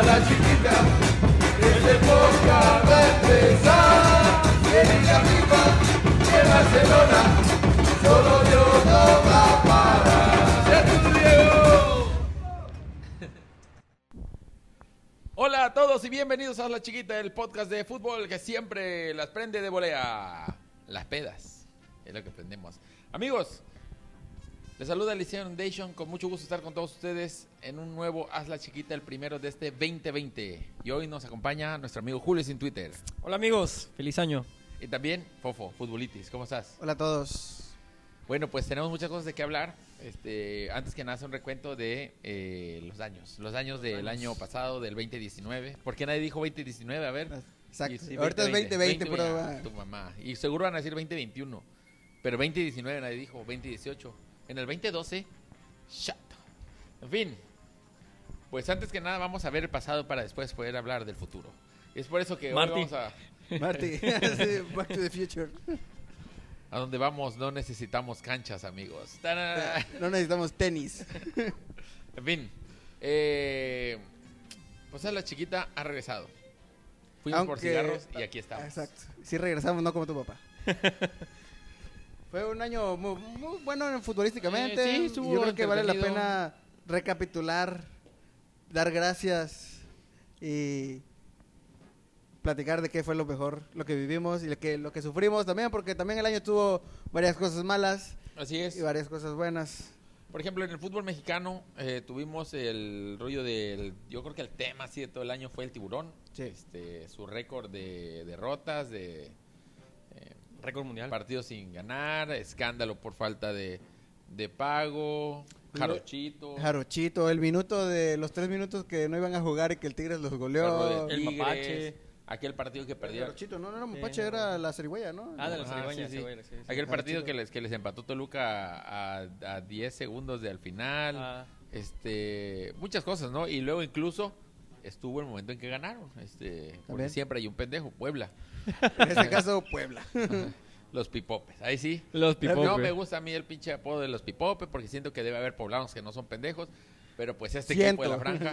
la chiquita, este podcast va a empezar. En la FIFA, en Barcelona, solo Dios no va a parar. ¡Ya tú, Diego! Hola a todos y bienvenidos a La Chiquita, el podcast de fútbol que siempre las prende de volea. Las pedas, es lo que aprendemos. Amigos, les saluda Liceo Foundation, con mucho gusto estar con todos ustedes en un nuevo Haz La Chiquita, el primero de este 2020. Y hoy nos acompaña nuestro amigo Julio sin Twitter. Hola amigos, feliz año. Y también Fofo, Futbolitis, ¿cómo estás? Hola a todos. Bueno, pues tenemos muchas cosas de qué hablar. Antes que nada, hacer un recuento de los daños del año pasado, del 2019. ¿Por qué nadie dijo 2019? A ver. Exacto. Sí, Ahorita es 2020, puro. Tu mamá. Y seguro van a decir 2021. Pero 2019 nadie dijo, 2018. En el 2012, shut. En fin. Pues antes que nada vamos a ver el pasado para después poder hablar del futuro. Es por eso que Marty. hoy vamos a... Marty, Back to the Future. A donde vamos no necesitamos canchas, amigos. No necesitamos tenis. En fin. Pues a La Chiquita ha regresado. Fuimos por cigarros y aquí estamos. Exacto. Sí regresamos, no como tu papá. Fue un año muy bueno futbolísticamente. Sí, y estuvo yo creo que vale la entretenido. pena recapitular, dar gracias y platicar de qué fue lo mejor, lo que vivimos y lo que sufrimos también, porque también el año tuvo varias cosas malas Así es. y varias cosas buenas. Por ejemplo, en el fútbol mexicano tuvimos el rollo del... Yo creo que el tema así de todo el año fue el Tiburón. Sí. Su récord de derrotas, de Récord mundial. partidos sin ganar, escándalo por falta de pago, Jarochito. Jarochito, el minuto de los 3 minutos que no iban a jugar y que el Tigres los goleó. de El Tigres, Mapache. aquel partido que perdió. Jarochito, no era Mapache, era la Zarigüeya, ¿no? Ah, de la Ajá, Zarigüeña, sí. ese güey, sí. Aquel partido Jarochito. que les empató Toluca a 10 segundos de al final. Ah. Muchas cosas, ¿no? Y luego incluso estuvo el momento en que ganaron. Porque También. siempre hay un pendejo, Puebla. En este caso, Puebla. Los pipopes, ahí sí. Los pipopes. No me gusta a mí el pinche apodo de los pipopes porque siento que debe haber poblanos que no son pendejos. Pero pues equipo de la franja,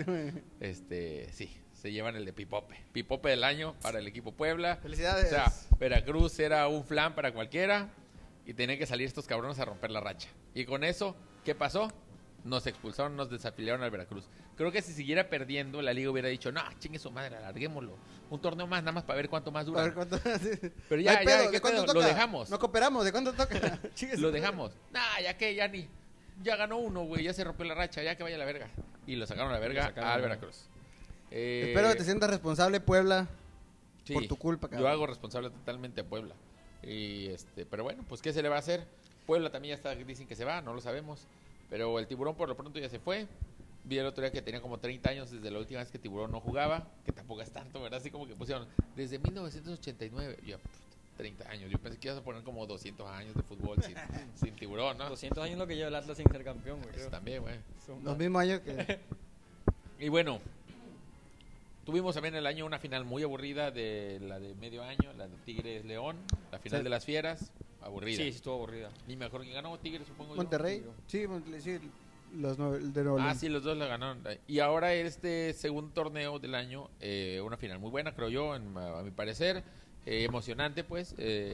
sí, se llevan el de pipope. Pipope del año para el equipo Puebla. Felicidades. O sea, Veracruz era un flan para cualquiera y tenían que salir estos cabrones a romper la racha. Y con eso, ¿qué pasó? Nos expulsaron, nos desafiliaron al Veracruz. Creo que si siguiera perdiendo, la liga hubiera dicho, no, chingue su madre, alarguémoslo. Un torneo más, nada más para ver cuánto más A dura. ver cuánto. Pero No ya, hay pedo, ¿qué ¿de cuánto pedo? toca? Lo dejamos. No cooperamos, ¿de cuánto toca? Chingue su Lo madre. dejamos. Nah, ya que, ya ni. Ya ganó uno, güey, ya se rompió la racha, ya que vaya a la verga. Y lo sacaron a la verga al Veracruz. Espero que te sientas responsable, Puebla, Sí, por tu culpa, cabrón. yo hago responsable totalmente a Puebla. Pero bueno, pues ¿qué se le va a hacer? Puebla también ya está, dicen que se va, no lo sabemos. Pero el Tiburón por lo pronto ya se fue. Vi el otro día que tenía como 30 años desde la última vez que Tiburón no jugaba, que tampoco es tanto, ¿verdad? Así como que pusieron desde 1989. Yo, 30 años. Yo pensé que ibas a poner como 200 años de fútbol sin Tiburón, ¿no? 200 años lo que lleva el Atlas sin ser campeón, güey. Eso creo. también, güey. Son Los más. mismos años que... Y bueno, tuvimos también el año una final muy aburrida de la de medio año, la de Tigres León, la final Sí. de las Fieras, aburrida. Sí, estuvo aburrida. Ni mejor que ganó Tigres, supongo yo. Monterrey. Sí, sí, el de Nuevo Ah, León. sí, los dos la ganaron. Y ahora este segundo torneo del año, una final muy buena, creo yo, a mi parecer. Emocionante, pues.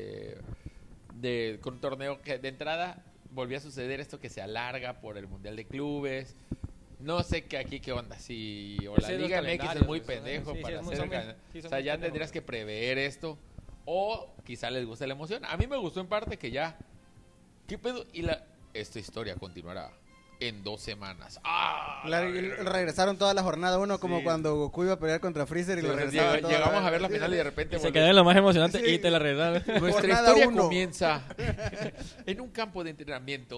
Con un torneo que de entrada volvió a suceder esto que se alarga por el Mundial de Clubes. No sé qué aquí qué onda. Si o la Sí, los Liga MX es calendarios, muy eso, pendejo sí, para sí, hacer son muy- o sí, son sea, muy ya pendejos. tendrías que prever esto. O quizá les guste la emoción. A mí me gustó en parte que ya. ¿Qué pedo? Y esta historia continuará en 2 semanas. ¡Ah! Regresaron toda la jornada 1 como Sí. cuando Goku iba a pelear contra Freezer y Sí, lo o sea, regresaban toda llegamos a ver la final y de Y repente se volvió. quedó en lo más emocionante Sí. y te la regresaron. Nuestra Jornada historia uno. comienza en un campo de entrenamiento.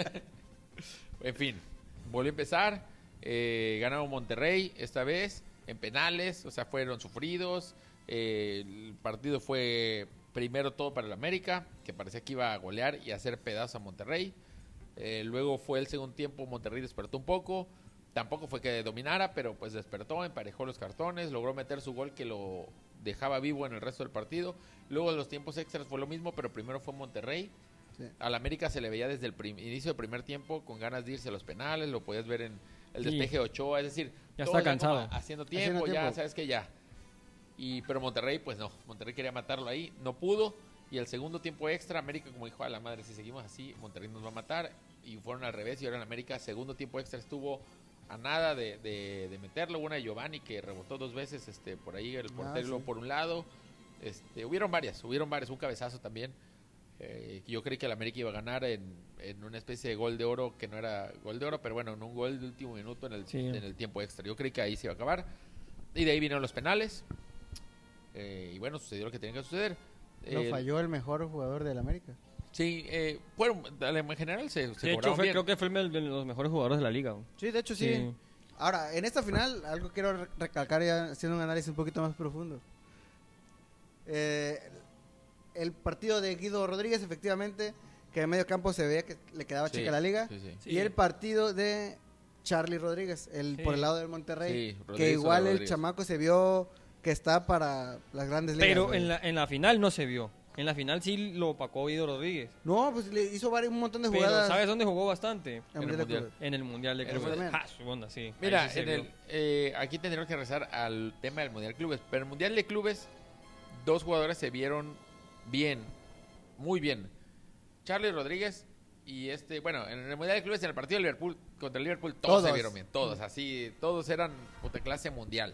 En fin, volvió a empezar. Ganaron Monterrey esta vez en penales, o sea, fueron sufridos. El partido fue primero todo para el América, que parecía que iba a golear y hacer pedazos a Monterrey. Luego fue el segundo tiempo, Monterrey despertó un poco. Tampoco fue que dominara, pero pues despertó, emparejó los cartones, logró meter su gol que lo dejaba vivo en el resto del partido. Luego los tiempos extras fue lo mismo, pero primero fue Monterrey. Sí. Al América se le veía desde el inicio del primer tiempo con ganas de irse a los penales, lo podías ver el Sí. despeje de Ochoa, es decir, Ya todos está cansado. como haciendo tiempo, Haciendo ya tiempo. sabes que ya. Pero Monterrey, pues no, Monterrey quería matarlo ahí, no pudo. Y el segundo tiempo extra, América como dijo, a la madre, si seguimos así, Monterrey nos va a matar. Y fueron al revés y ahora en América, segundo tiempo extra estuvo a nada de meterlo. Una de Giovanni que rebotó 2 veces, por ahí el portero sí. por un lado. Hubieron varias, un cabezazo también. Yo creí que el América iba a ganar en una especie de gol de oro, que no era gol de oro, pero bueno, en un gol de último minuto en el tiempo extra. Yo creí que ahí se iba a acabar. Y de ahí vinieron los penales. Y bueno, sucedió lo que tenía que suceder. Lo falló el mejor jugador del América. Sí, bueno, en general se De hecho, cobraron bien. creo que fue el de los mejores jugadores de la liga. Güey. Sí, de hecho sí. Ahora, en esta final, algo quiero recalcar ya haciendo un análisis un poquito más profundo. El partido de Guido Rodríguez, efectivamente, que en medio campo se veía que le quedaba Sí, chica la liga. sí, sí. Sí. Y el partido de Charlie Rodríguez, Sí. por el lado del Monterrey, Sí, que Rodríguez igual el Rodríguez. chamaco se vio que está para las grandes ligas. Pero güey. en la final no se vio. En la final sí lo opacó Guido Rodríguez. No, pues le hizo un montón de Pero jugadas. ¿sabes dónde jugó bastante? en En el Mundial de Mundial. Clubes. En el Mundial de En el Clubes. Mundial. Ah, su onda, sí. Mira, Ahí sí se vio. aquí tendríamos que regresar al tema del Mundial de Clubes. Pero en el Mundial de Clubes, 2 jugadores se vieron bien, muy bien. Charlie Rodríguez y bueno, en el Mundial de Clubes, en el partido de Liverpool contra el Liverpool, todos se Todos. vieron bien, todos, así, todos eran puta clase mundial.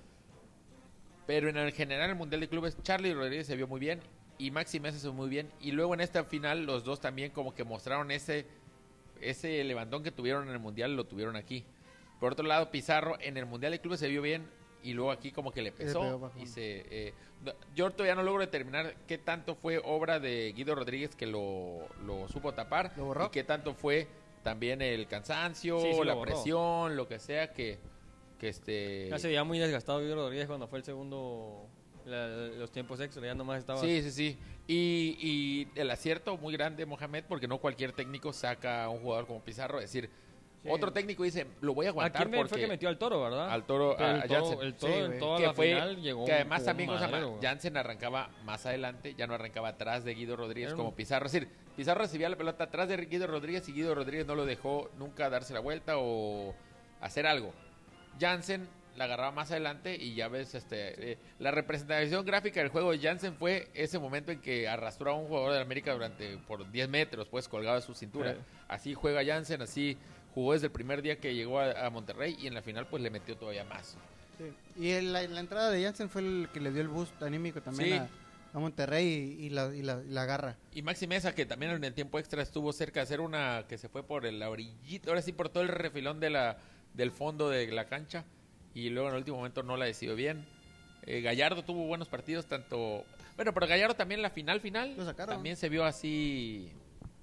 Pero en el general, el Mundial de Clubes, Charlie Rodríguez se vio muy bien y Maxi Mesa se vio muy bien. Y luego en esta final, los dos también como que mostraron ese levantón que tuvieron en el Mundial, lo tuvieron aquí. Por otro lado, Pizarro en el Mundial de Clubes se vio bien y luego aquí como que le pegó pesó. bajón. Yo todavía no logro determinar qué tanto fue obra de Guido Rodríguez que lo supo tapar ¿Lo borró? y qué tanto fue también el cansancio, Sí, sí, la lo borró. presión, lo que sea que Ya se veía muy desgastado Guido Rodríguez cuando fue el segundo, los tiempos extra, ya nomás estaba... Sí. Y el acierto muy grande, Mohamed, porque no cualquier técnico saca a un jugador como Pizarro. Es decir, Sí. otro técnico dice, lo voy a ¿A aguantar quién fue porque que metió al Toro, verdad? al Toro, Pero a el Toro, Jansen. el Toro Sí, en güey. toda Que la fue, final llegó que además jugó también un cosa madero, más, güey. Jansen arrancaba más adelante, ya no arrancaba atrás de Guido Rodríguez Era como un- Pizarro. Es decir, Pizarro recibía la pelota atrás de Guido Rodríguez y Guido Rodríguez no lo dejó nunca darse la vuelta o hacer algo. Jansen la agarraba más adelante y ya ves, la representación gráfica del juego de Jansen fue ese momento en que arrastró a un jugador de América por 10 metros, pues colgado de su cintura. Sí. Así juega Jansen, así jugó desde el primer día que llegó a Monterrey y en la final pues le metió todavía más. Sí. Y la entrada de Jansen fue el que le dio el boost anímico también Sí. a Monterrey y la garra. Y Maxi Mesa, que también en el tiempo extra estuvo cerca de hacer una que se fue por la orillita, ahora sí por todo el refilón del fondo de la cancha, y luego en el último momento no la decidió bien. Gallardo tuvo buenos partidos, tanto... Bueno, pero Gallardo también en la final Lo sacaron. también se vio así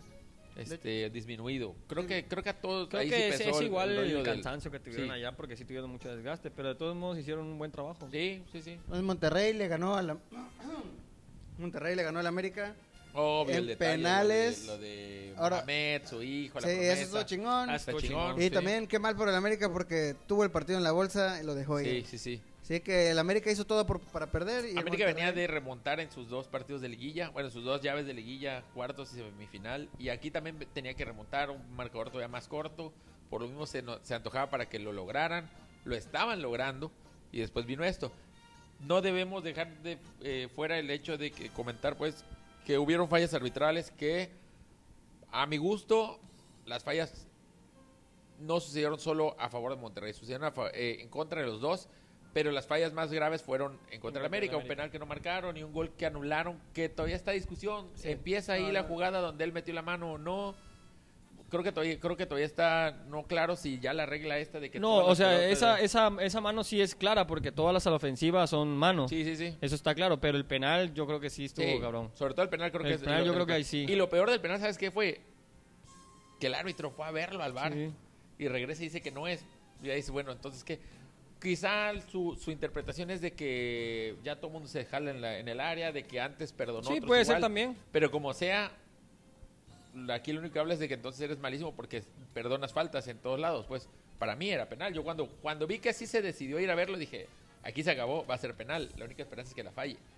disminuido. Creo que a todos Creo ahí que sí es pesó igual rollo el del- cansancio que tuvieron sí. allá porque sí tuvieron mucho desgaste, pero de todos modos hicieron un buen trabajo. Sí. Entonces Monterrey le ganó a la Monterrey le ganó al América. Obvio, En el detalle, penales. lo de Ahora- Mohamed, su hijo, la Sí, promesa. eso estuvo chingón. Ah, Está estuvo chingón. chingón. Y sí. también qué mal por el América porque tuvo el partido en la bolsa y lo dejó ir. Sí. Así que el América hizo todo para perder. Y el América Monterrey- venía de remontar en sus 2 partidos de liguilla, bueno, sus 2 llaves de liguilla, cuartos y semifinal, y aquí también tenía que remontar un marcador todavía más corto, por lo mismo se antojaba para que lo lograran, lo estaban logrando, y después vino esto. No debemos dejar de fuera el hecho de que comentar, pues, que hubieron fallas arbitrales que, a mi gusto, las fallas no sucedieron solo a favor de Monterrey, sucedieron en contra de los dos, pero las fallas más graves fueron en contra de América, un penal que no marcaron y un gol que anularon, que todavía está discusión. Sí. Empieza ahí No, la no. jugada donde él metió la mano o no. Creo que todavía está no claro si ya la regla esta de que No, todas o las sea, pelotas- esa mano sí es clara porque todas las a la ofensiva son manos. Sí. Eso está claro, pero el penal yo creo que sí estuvo Sí, cabrón. sobre todo el penal creo El que es penal yo creo que ahí sí. Y lo peor del penal, ¿sabes qué fue? Que el árbitro fue a verlo al bar Sí. y regresa y dice que no es. Y ahí dice, bueno, entonces que quizá su interpretación es de que ya todo el mundo se jala en el área, de que antes perdonó Sí, otros puede ser igual. también. Pero como sea, aquí lo único que habla es de que entonces eres malísimo porque perdonas faltas en todos lados. Pues para mí era penal. Yo cuando vi que así se decidió ir a verlo, dije, aquí se acabó, va a ser penal. La única esperanza es que la falle.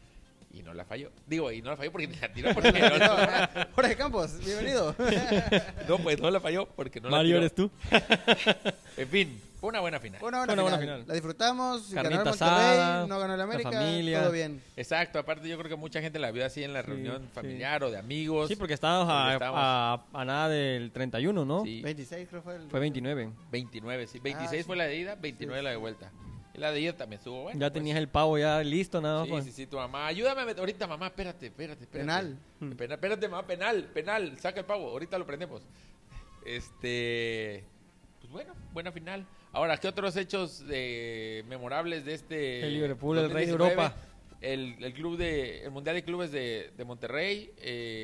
Y no la falló. Digo, y no la falló porque la tiró porque no, Jorge Campos, bienvenido. no, pues no la falló porque no Mario, la eres tiró. tú. En fin, fue una buena final. Una Una buena buena final. final. La disfrutamos, ganó el Carnita Monterrey, asada, no ganó el América, familia. todo bien. Exacto, aparte yo creo que mucha gente la vio así en la Sí, reunión sí. familiar o de amigos. Sí, porque estábamos Porque estábamos- a nada del 31, ¿no? Sí, 26 creo fue el... Fue 29. 29, sí. 26 sí. fue la de ida, 29 la de vuelta. Y la de ida también estuvo buena. Ya pues. tenías el pavo ya listo, nada más. Sí, pues. sí, sí, tu mamá. Ayúdame a meter. Ahorita, mamá, espérate. Penal. Espérate, mamá, penal. Saca el pavo, ahorita lo prendemos. Pues bueno, buena final. Ahora, ¿qué otros hechos memorables de este... El Liverpool, el rey de 2019? Europa. El Mundial de Clubes de Monterrey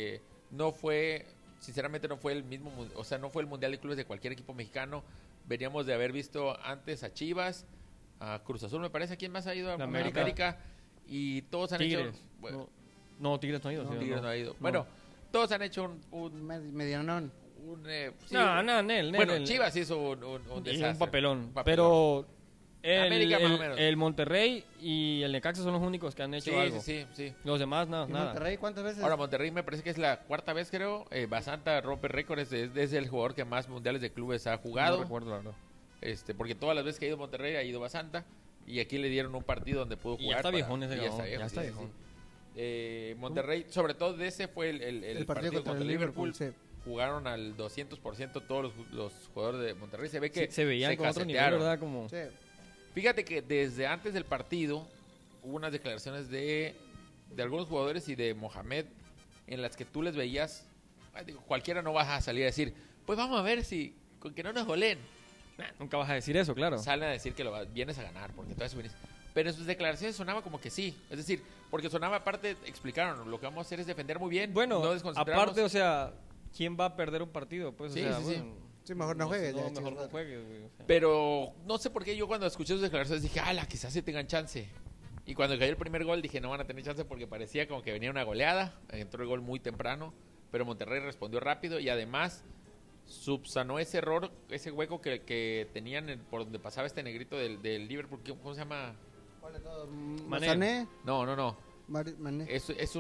no fue, sinceramente no fue el mismo, o sea, no fue el Mundial de Clubes de cualquier equipo mexicano. Veníamos de haber visto antes a Chivas, a Cruz Azul, me parece. ¿Quién más ha ido a La América? Y todos han Tigres. hecho... Bueno, No, Tigres no ha ido. no, ¿sí o Tigres no? no ha ido. No. Bueno, todos han hecho un Medianón. sí, No, Nel. bueno, Chivas hizo un Y desastre. un papelón. Un papelón. Pero América, más o menos. el Monterrey y el Necaxa son los únicos que han hecho Sí, algo. sí. Los demás, ¿Y nada. Monterrey cuántas veces? Ahora Monterrey me parece que es la cuarta vez, creo. Basanta rompe récords, es el jugador que más mundiales de clubes ha jugado. No recuerdo, la verdad. Porque todas las veces que ha ido Monterrey ha ido Basanta. Y aquí le dieron un partido donde pudo Y jugar. ya está viejón ese y cabrón, viejo, ya está sí, viejón. sí. Monterrey, sobre todo de ese fue el partido contra el Liverpool. sí. Jugaron al 200% todos los jugadores de Monterrey. Se ve que Sí, se veían con otro nivel, casetearon. ¿verdad? Como... Sí. Fíjate que desde antes del partido hubo unas declaraciones de algunos jugadores y de Mohamed en las que tú les veías, digo, cualquiera no vas a salir a decir, pues vamos a ver si con que no nos goleen. Nunca vas a decir eso, claro. Salen a decir que vienes a ganar, porque entonces vienes. Pero en sus declaraciones sonaba como que sí. Es decir, porque sonaba aparte, explicaron, lo que vamos a hacer es defender muy bien, Bueno, no desconcentrarnos. aparte, o sea, ¿quién va a perder un partido? Pues, Sí, o sea, sí, sí. bueno, Sí, mejor no juegues, ya, mejor chicos, no madre. juegues, güey, o sea. Pero no sé por qué yo cuando escuché sus declaraciones dije, ala, quizás se tengan chance. Y cuando cayó el primer gol dije, no van a tener chance porque parecía como que venía una goleada. Entró el gol muy temprano, pero Monterrey respondió rápido y además subsanó ese error, ese hueco que tenían por donde pasaba este negrito del Liverpool. ¿Cómo se llama? ¿Cuál de todos? Mané. Sané, No. Mané.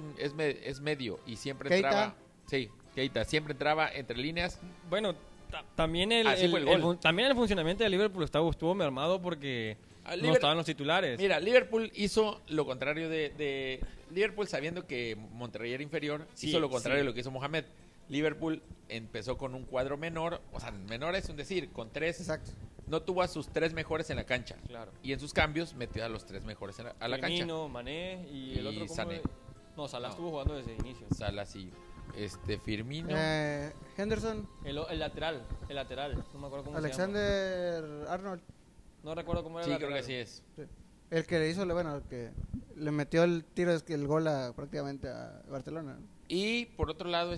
Es medio y siempre Keita. entraba. Sí, Keita. Siempre entraba entre líneas. Bueno, también Así fue el gol. también el funcionamiento de Liverpool estuvo mermado porque no estaban los titulares. Mira, Liverpool hizo lo contrario de Liverpool sabiendo que Monterrey era inferior, Sí, hizo lo contrario sí. de lo que hizo Mohamed. Liverpool empezó con un cuadro menor, o sea, menor es un decir, con 3, Exacto. no tuvo a sus 3 mejores en la cancha. Claro. Y en sus cambios metió a los 3 mejores a la cancha. Firmino, Mané y el Y otro ¿cómo Sané. es? No, Salah No. estuvo jugando desde el inicio. Salas y Firmino. Henderson, El lateral, no me acuerdo cómo se Alexander Arnold. llama. No recuerdo cómo era Sí, el creo lateral. que sí es. El que le hizo, el que le metió el tiro, el gol prácticamente a Barcelona. ¿no? Y por otro lado,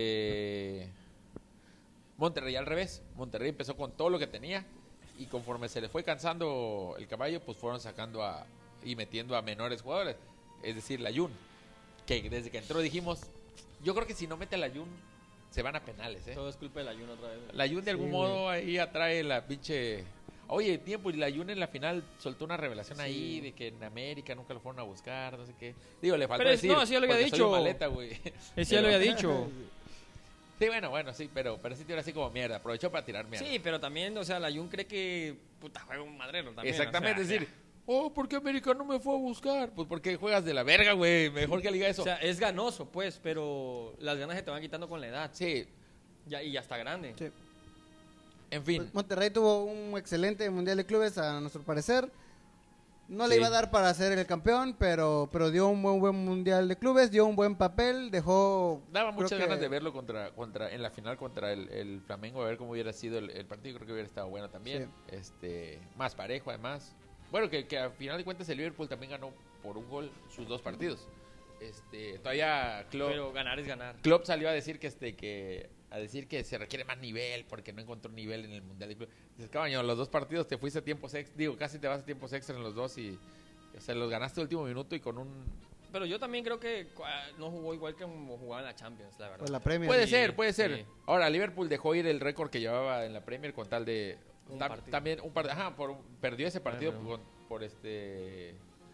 Monterrey al revés. Monterrey empezó con todo lo que tenía y conforme se le fue cansando el caballo, pues fueron sacando y metiendo a menores jugadores. Es decir, la Jun, que desde que entró dijimos, yo creo que si no mete a la Jun, se van a penales, ¿eh? Todo es culpa de la Jun otra vez. La Jun de algún Sí, modo ahí atrae la pinche... Oye, tiempo, y la Jun en la final soltó una revelación Sí. ahí de que en América nunca lo fueron a buscar, no sé qué. Digo, le faltó Pero decir, no, sí, ya lo había porque soy dicho. un maleta, güey. Ese ya lo Pero- había dicho. Sí, bueno, sí, pero sí tira así como mierda. Aprovechó para tirar mierda. Sí, pero también, o sea, la Jun cree que puta juega un madrero también. exactamente, o sea, es decir, ¿por qué América no me fue a buscar? Pues porque juegas de la verga, güey. Mejor que liga eso. O sea, es ganoso, pues, pero las ganas se te van quitando con la edad. Sí, Y ya está grande. Sí. en fin. Pues Monterrey tuvo un excelente Mundial de Clubes, a nuestro parecer. No le Sí. iba a dar para ser el campeón, pero dio un buen Mundial de Clubes, dio un buen papel, dejó... Daba creo muchas que- ganas de verlo en la final contra el Flamengo, a ver cómo hubiera sido el partido. Creo que hubiera estado bueno también. Más parejo, además. Bueno, que a final de cuentas el Liverpool también ganó por un gol sus 2 partidos. Todavía Pero ganar es ganar. Klopp salió a decir que se requiere más nivel porque no encontró nivel en el Mundial de Clubes. Dices, cabaño, los 2 partidos te fuiste a tiempos extra, casi te vas a tiempos extra en los 2 y o sea, los ganaste el último minuto y con un... Pero yo también creo que no jugó igual que como jugaba en la Champions, la verdad. O la Premier. Puede Sí, ser. sí. Ahora, Liverpool dejó ir el récord que llevaba en la Premier con tal de... Un partido. También perdió ese partido Ajá. por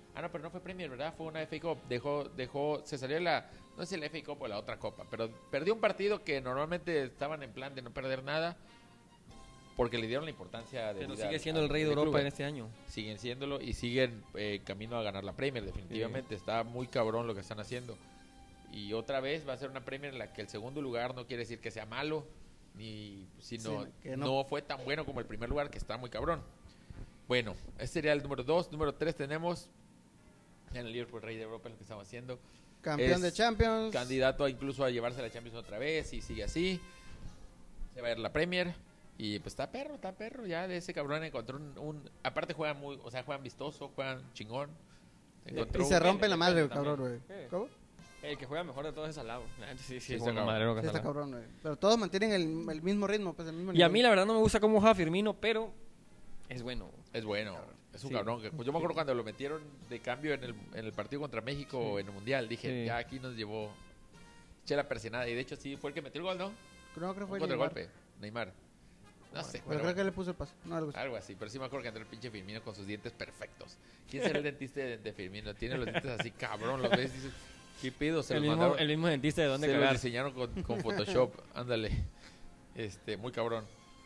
no, pero no fue Premier, ¿verdad? Fue una FA Cup. Se salió no sé si la FA Cup o la otra copa, pero perdió un partido que normalmente estaban en plan de no perder nada porque le dieron la importancia de... Pero sigue siendo el rey de Europa en este año. Siguen siéndolo y siguen camino a ganar la Premier, definitivamente. Sí. Está muy cabrón lo que están haciendo. Y otra vez va a ser una Premier en la que el segundo lugar no quiere decir que sea malo, sino que no fue tan bueno como el primer lugar, que está muy cabrón. Bueno, este sería el número 2. Número 3 tenemos en el Liverpool, rey de Europa, lo que estamos haciendo. Campeón de Champions. Candidato incluso a llevarse la Champions otra vez, y sigue así. Se va a ir la Premier. Y pues está perro. Ya de ese cabrón encontró aparte juegan juegan vistoso, juegan chingón. Y se rompe la madre, el cabrón, güey. ¿Cómo? El que juega mejor de todos es Alaba. Sí, está cabrón, güey. Pero todos mantienen el mismo ritmo, pues el mismo nivel. Y a mí la verdad no me gusta cómo juega Firmino, pero es bueno. Es bueno. Es un cabrón. Pues yo me acuerdo cuando lo metieron de cambio en el partido contra México en el Mundial. Dije, ya aquí nos llevó chela persinada. Y de hecho sí, fue el que metió el gol, ¿no? Creo que fue contra el golpe. Neymar. No sé. Pero creo que le puso el paso. No, algo así. Pero sí me acuerdo que entró el pinche Firmino con sus dientes perfectos. ¿Quién será el dentista de Firmino? Tiene los dientes así cabrón. Los ves y dices, ¿qué pido? El mismo dentista de dónde cagar. Se lo diseñaron con Photoshop. Ándale. Muy cabrón.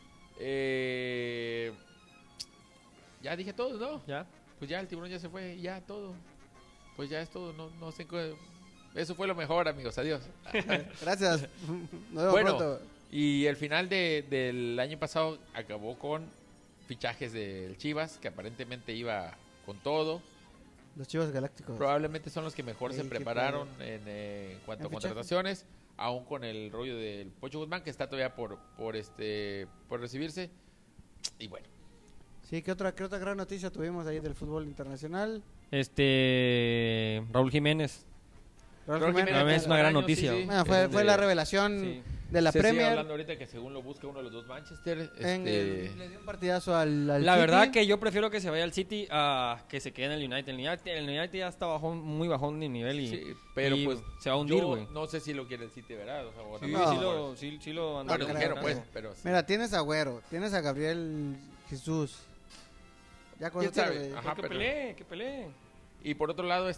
Ya dije todo, ¿no? Ya. Pues ya el tiburón ya se fue. Ya todo. Pues ya es todo. No sé. Eso fue lo mejor, amigos. Adiós. Gracias. Nos vemos pronto. Y el final del año pasado acabó con fichajes del Chivas, que aparentemente iba con todo. Los Chivas Galácticos. Probablemente son los que mejor se prepararon en cuanto a contrataciones, aún con el rollo del Pocho Guzmán, que está todavía por recibirse. Y bueno. Sí, ¿qué otra gran noticia tuvimos ahí del fútbol internacional? Raúl Jiménez. Es una gran noticia. Sí. Bueno, fue la revelación de la Premier. Sigue hablando ahorita que según lo busca uno de los dos Manchester. Le dio un partidazo al La City. verdad que yo prefiero que se vaya al City a que se quede en el United. El United ya está muy bajón de nivel y, pero pues se va a hundir, güey. No sé si lo quiere el City, ¿verdad? O sea, sí lo andan dijeron, pues, pero sí. Mira, tienes a Agüero, tienes a Gabriel Jesús. Ya con eso que pelee. Y por otro lado,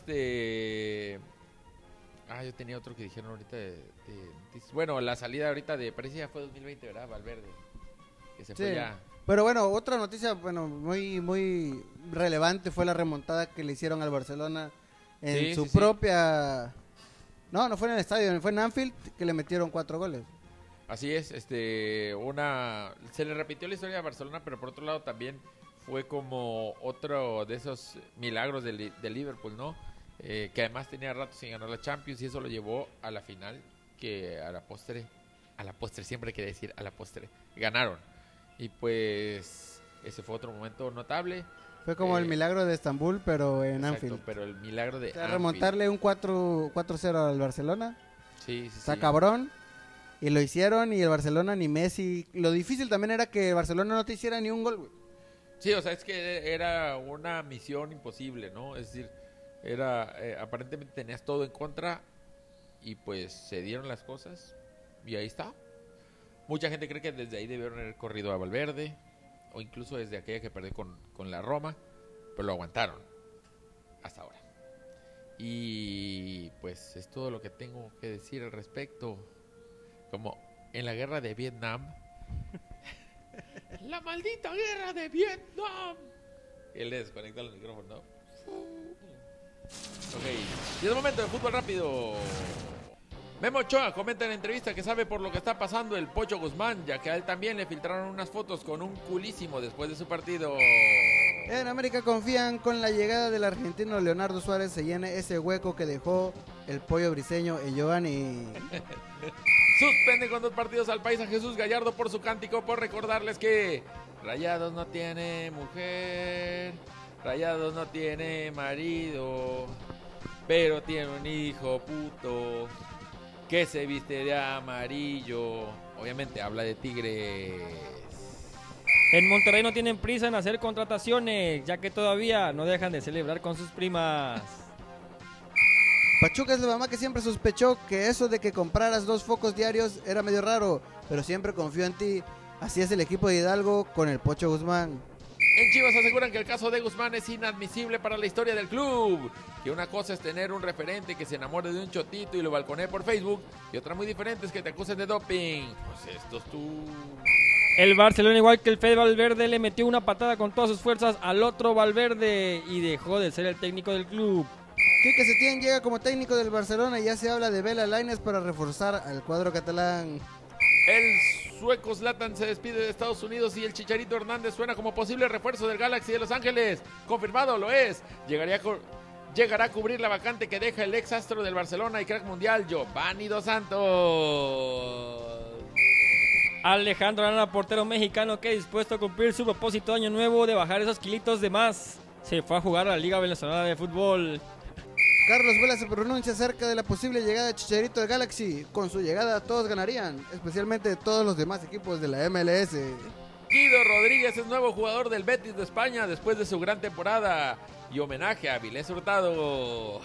yo tenía otro que dijeron ahorita bueno, la salida ahorita de parece ya fue 2020, ¿verdad? Valverde. Que se fue ya. Pero bueno, otra noticia, muy muy relevante fue la remontada que le hicieron al Barcelona en su propia... No fue en el estadio, fue en Anfield que le metieron 4 goles. Así es, se le repitió la historia de Barcelona, pero por otro lado también fue como otro de esos milagros de Liverpool, ¿no? Que además tenía rato sin ganar la Champions y eso lo llevó a la final, que a la postre siempre quiere decir a la postre, ganaron. Y pues ese fue otro momento notable. Fue como el milagro de Estambul, pero en Anfield. Pero el milagro de Anfield. Remontarle un 4-0 al Barcelona. Sí. Está cabrón. Y lo hicieron y el Barcelona ni Messi. Lo difícil también era que el Barcelona no te hiciera ni un gol, güey. Sí, o sea, es que era una misión imposible, ¿no? Es decir, aparentemente tenías todo en contra y pues se dieron las cosas y ahí está. Mucha gente cree que desde ahí debieron haber corrido a Valverde o incluso desde aquella que perdió con la Roma, pero lo aguantaron hasta ahora. Y pues es todo lo que tengo que decir al respecto. Como en la guerra de Vietnam. ¡La maldita guerra de Vietnam! Él le desconecta el micrófono, ¿no? Ok, y es momento de fútbol rápido. Memo Ochoa comenta en la entrevista que sabe por lo que está pasando el Pocho Guzmán, ya que a él también le filtraron unas fotos con un culísimo después de su partido. En América confían con la llegada del argentino Leonardo Suárez se llene ese hueco que dejó el Pollo Briseño y Giovanni. Suspende con 2 partidos al país a Jesús Gallardo por su cántico, por recordarles que Rayados no tiene mujer, Rayados no tiene marido, pero tiene un hijo puto que se viste de amarillo. Obviamente habla de Tigres. En Monterrey no tienen prisa en hacer contrataciones, ya que todavía no dejan de celebrar con sus primas. Pachuca es la mamá que siempre sospechó que eso de que compraras 2 focos diarios era medio raro, pero siempre confió en ti. Así es el equipo de Hidalgo con el Pocho Guzmán. En Chivas aseguran que el caso de Guzmán es inadmisible para la historia del club. Que una cosa es tener un referente que se enamore de un chotito y lo balconee por Facebook. Y otra muy diferente es que te acusen de doping. Pues esto es tú. El Barcelona, igual que el Fede Valverde, le metió una patada con todas sus fuerzas al otro Valverde y dejó de ser el técnico del club. Quique Setién llega como técnico del Barcelona y ya se habla de Vela Lainez para reforzar al cuadro catalán. El sueco Zlatan se despide de Estados Unidos y el Chicharito Hernández suena como posible refuerzo del Galaxy de Los Ángeles. Confirmado, lo es. Llegará a cubrir la vacante que deja el ex astro del Barcelona y crack mundial, Giovanni Dos Santos. Alejandro Arana, portero mexicano que dispuesto a cumplir su propósito de año nuevo de bajar esos kilitos de más, se fue a jugar a la Liga Venezolana de Fútbol. Carlos Vela se pronuncia acerca de la posible llegada de Chicharito al Galaxy. Con su llegada todos ganarían, especialmente todos los demás equipos de la MLS. Guido Rodríguez es nuevo jugador del Betis de España después de su gran temporada. Y homenaje a Vilés Hurtado.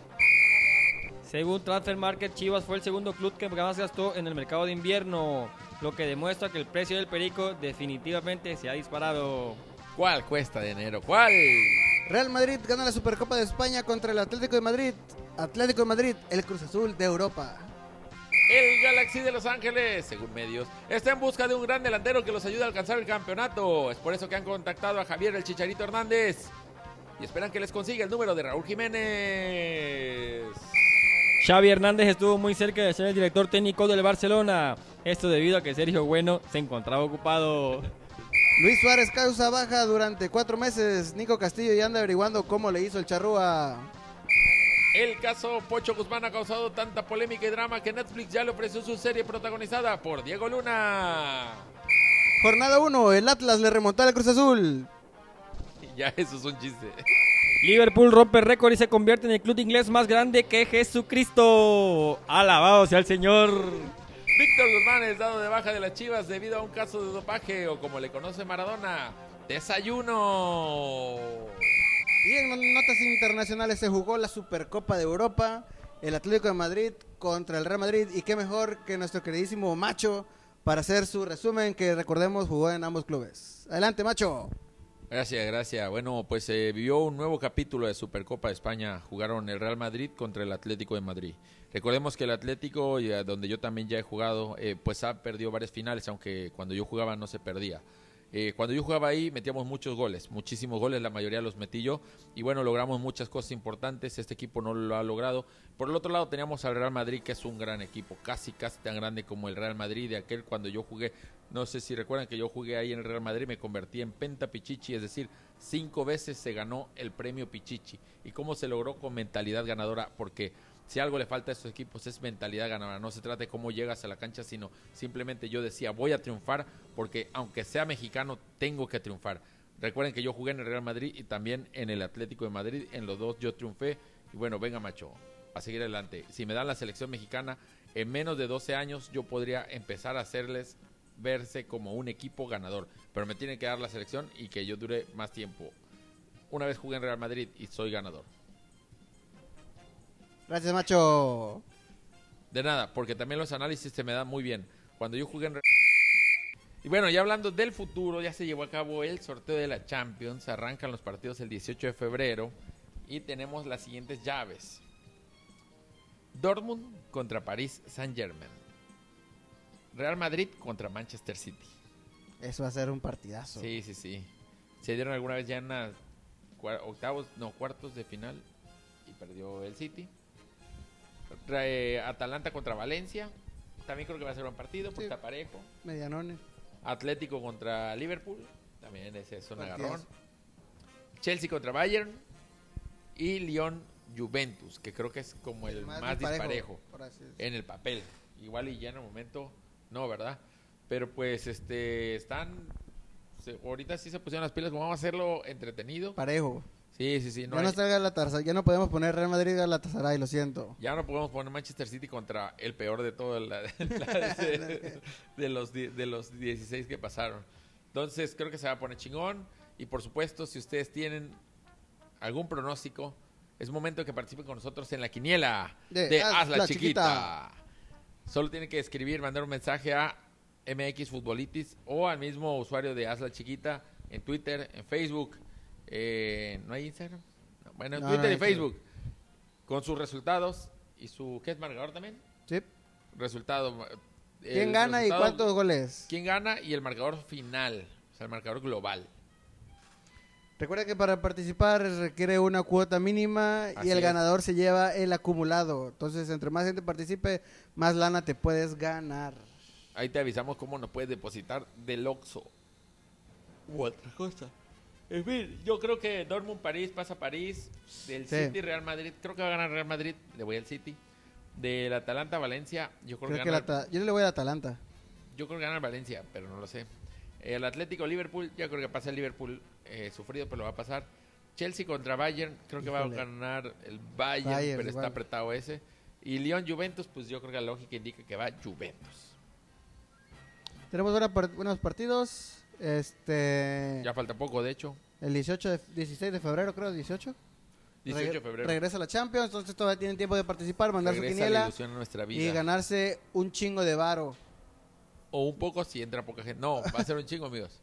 Según Transfer Market, Chivas fue el segundo club que más gastó en el mercado de invierno, lo que demuestra que el precio del perico definitivamente se ha disparado. ¿Cuál cuesta de enero? ¿Cuál? Real Madrid gana la Supercopa de España contra el Atlético de Madrid. Atlético de Madrid, el Cruz Azul de Europa. El Galaxy de Los Ángeles, según medios, está en busca de un gran delantero que los ayude a alcanzar el campeonato. Es por eso que han contactado a Javier el Chicharito Hernández y esperan que les consiga el número de Raúl Jiménez. Xavi Hernández estuvo muy cerca de ser el director técnico del Barcelona. Esto debido a que Sergio Bueno se encontraba ocupado. Luis Suárez causa baja durante 4 meses. Nico Castillo ya anda averiguando cómo le hizo el charrúa. El caso Pocho Guzmán ha causado tanta polémica y drama que Netflix ya le ofreció su serie protagonizada por Diego Luna. Jornada 1, el Atlas le remontó al Cruz Azul. Ya eso es un chiste. Liverpool rompe récord y se convierte en el club inglés más grande que Jesucristo. Alabado sea el Señor. Víctor Guzmán es dado de baja de las Chivas debido a un caso de dopaje o como le conoce Maradona, desayuno. Y en notas internacionales se jugó la Supercopa de Europa, el Atlético de Madrid contra el Real Madrid y qué mejor que nuestro queridísimo Macho para hacer su resumen que recordemos jugó en ambos clubes. Adelante, Macho. Gracias. Bueno, pues se vivió un nuevo capítulo de Supercopa de España. Jugaron el Real Madrid contra el Atlético de Madrid. Recordemos que el Atlético, donde yo también ya he jugado, pues ha perdido varias finales, aunque cuando yo jugaba no se perdía. Cuando yo jugaba ahí metíamos muchos goles, muchísimos goles, la mayoría los metí yo. Y bueno, logramos muchas cosas importantes, este equipo no lo ha logrado. Por el otro lado teníamos al Real Madrid, que es un gran equipo, casi tan grande como el Real Madrid de aquel cuando yo jugué. No sé si recuerdan que yo jugué ahí en el Real Madrid, me convertí en Penta Pichichi, es decir, 5 veces se ganó el premio Pichichi. ¿Y cómo se logró? Con mentalidad ganadora, porque si algo le falta a estos equipos es mentalidad ganadora. No se trata de cómo llegas a la cancha, sino simplemente yo decía, voy a triunfar, porque aunque sea mexicano, tengo que triunfar. Recuerden que yo jugué en el Real Madrid y también en el Atlético de Madrid, en los dos yo triunfé. Y bueno, venga Macho, a seguir adelante. Si me dan la selección mexicana, en menos de 12 años yo podría empezar a hacerles verse como un equipo ganador, pero me tienen que dar la selección y que yo dure más tiempo. Una vez jugué en Real Madrid y soy ganador. Gracias, Macho. De nada, porque también los análisis se me dan muy bien. Cuando yo jugué en... Y bueno, ya hablando del futuro, ya se llevó a cabo el sorteo de la Champions. Arrancan los partidos el 18 de febrero y tenemos las siguientes llaves. Dortmund contra París Saint-Germain. Real Madrid contra Manchester City. Eso va a ser un partidazo. Sí. Se dieron alguna vez ya en cuartos de final y perdió el City. Atalanta contra Valencia. También creo que va a ser un partido, pues está parejo. Medianones. Atlético contra Liverpool. También ese es un agarrón. Chelsea contra Bayern. Y Lyon Juventus, que creo que es como el más disparejo en el papel. Igual y ya en el momento no, ¿verdad? Pero pues ahorita sí se pusieron las pilas, como vamos a hacerlo entretenido. Parejo. Sí. No está Galatasaray, ya no podemos poner Real Madrid Galatasaray, lo siento. Ya no podemos poner Manchester City contra el peor de todo de los 16 que pasaron. Entonces creo que se va a poner chingón. Y por supuesto, si ustedes tienen algún pronóstico, es momento de que participen con nosotros en la quiniela de Hazla Chiquita. Solo tienen que mandar un mensaje a MX Futbolitis o al mismo usuario de Hazla Chiquita en Twitter, en Facebook. ¿No hay Instagram? No, bueno, en No, Twitter no y hay Facebook. Con sus resultados y su... ¿Qué es marcador también? Sí. Resultado. ¿Quién el gana y resultado- cuántos goles? ¿Quién gana y el marcador final? O sea, el marcador global. Recuerda que para participar requiere una cuota mínima Así y el es. ganador se lleva el acumulado. Entonces, entre más gente participe, más lana te puedes ganar. Ahí te avisamos cómo nos puedes depositar del Oxxo. U otra cosa. En fin, yo creo que Dortmund París pasa a París. Del Sí. City Real Madrid. Creo que va a ganar Real Madrid. Le voy al City. Del Atalanta Valencia. Yo creo, Creo que que gana, yo le voy a Atalanta. yo creo que gana el Valencia, pero no lo sé. El Atlético Liverpool. Yo creo que pasa el Liverpool. Sufrido, pero lo va a pasar. Chelsea contra Bayern. Creo que va a Híjole. ganar el Bayern, Bayern, pero igual. está apretado ese. Y Lyon Juventus. Pues yo creo que la lógica indica que va Juventus. Tenemos buenos partidos. Ya falta poco, de hecho. El 16 de febrero, creo, 18. 18 de febrero. Regresa la Champions, entonces todavía tienen tiempo de participar, mandar Regresa su la quiniela ilusión a nuestra vida. y ganarse un chingo de varo. O un poco si entra poca gente. No, va a ser un chingo, amigos.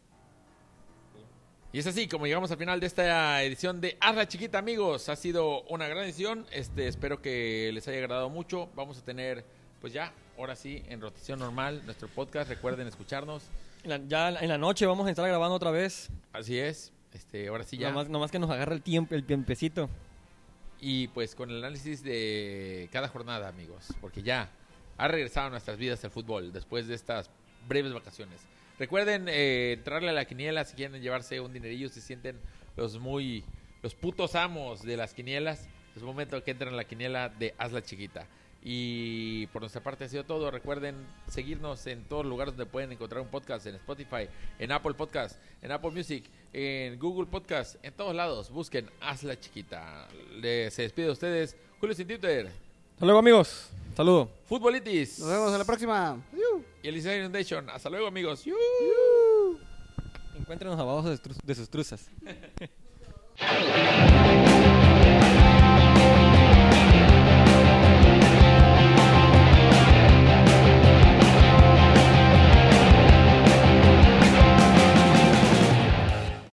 Y es así como llegamos al final de esta edición de Hazla Chiquita, amigos. Ha sido una gran edición. Espero que les haya agradado mucho. Vamos a tener, pues ya, ahora sí, en rotación normal, nuestro podcast. Recuerden escucharnos. Ya en la noche vamos a estar grabando otra vez. Así es. Ahora sí ya. Nomás que nos agarre el tiempecito. Y pues con el análisis de cada jornada, amigos. Porque ya ha regresado a nuestras vidas el fútbol después de estas breves vacaciones. Recuerden entrarle a la quiniela si quieren llevarse un dinerillo, si sienten los putos amos de las quinielas. Es momento que entren a la quiniela de Hazla Chiquita. Y por nuestra parte ha sido todo. Recuerden seguirnos en todos los lugares donde pueden encontrar un podcast, en Spotify, en Apple Podcast, en Apple Music, en Google Podcast, en todos lados. Busquen Hazla Chiquita. Se despide de ustedes Julio Sin Twitter, Hasta luego, amigos. Saludo. Futbolitis Nos vemos a la próxima. y el Design Inundation. Hasta luego, amigos. Encuéntrenos abajo de sus truzas.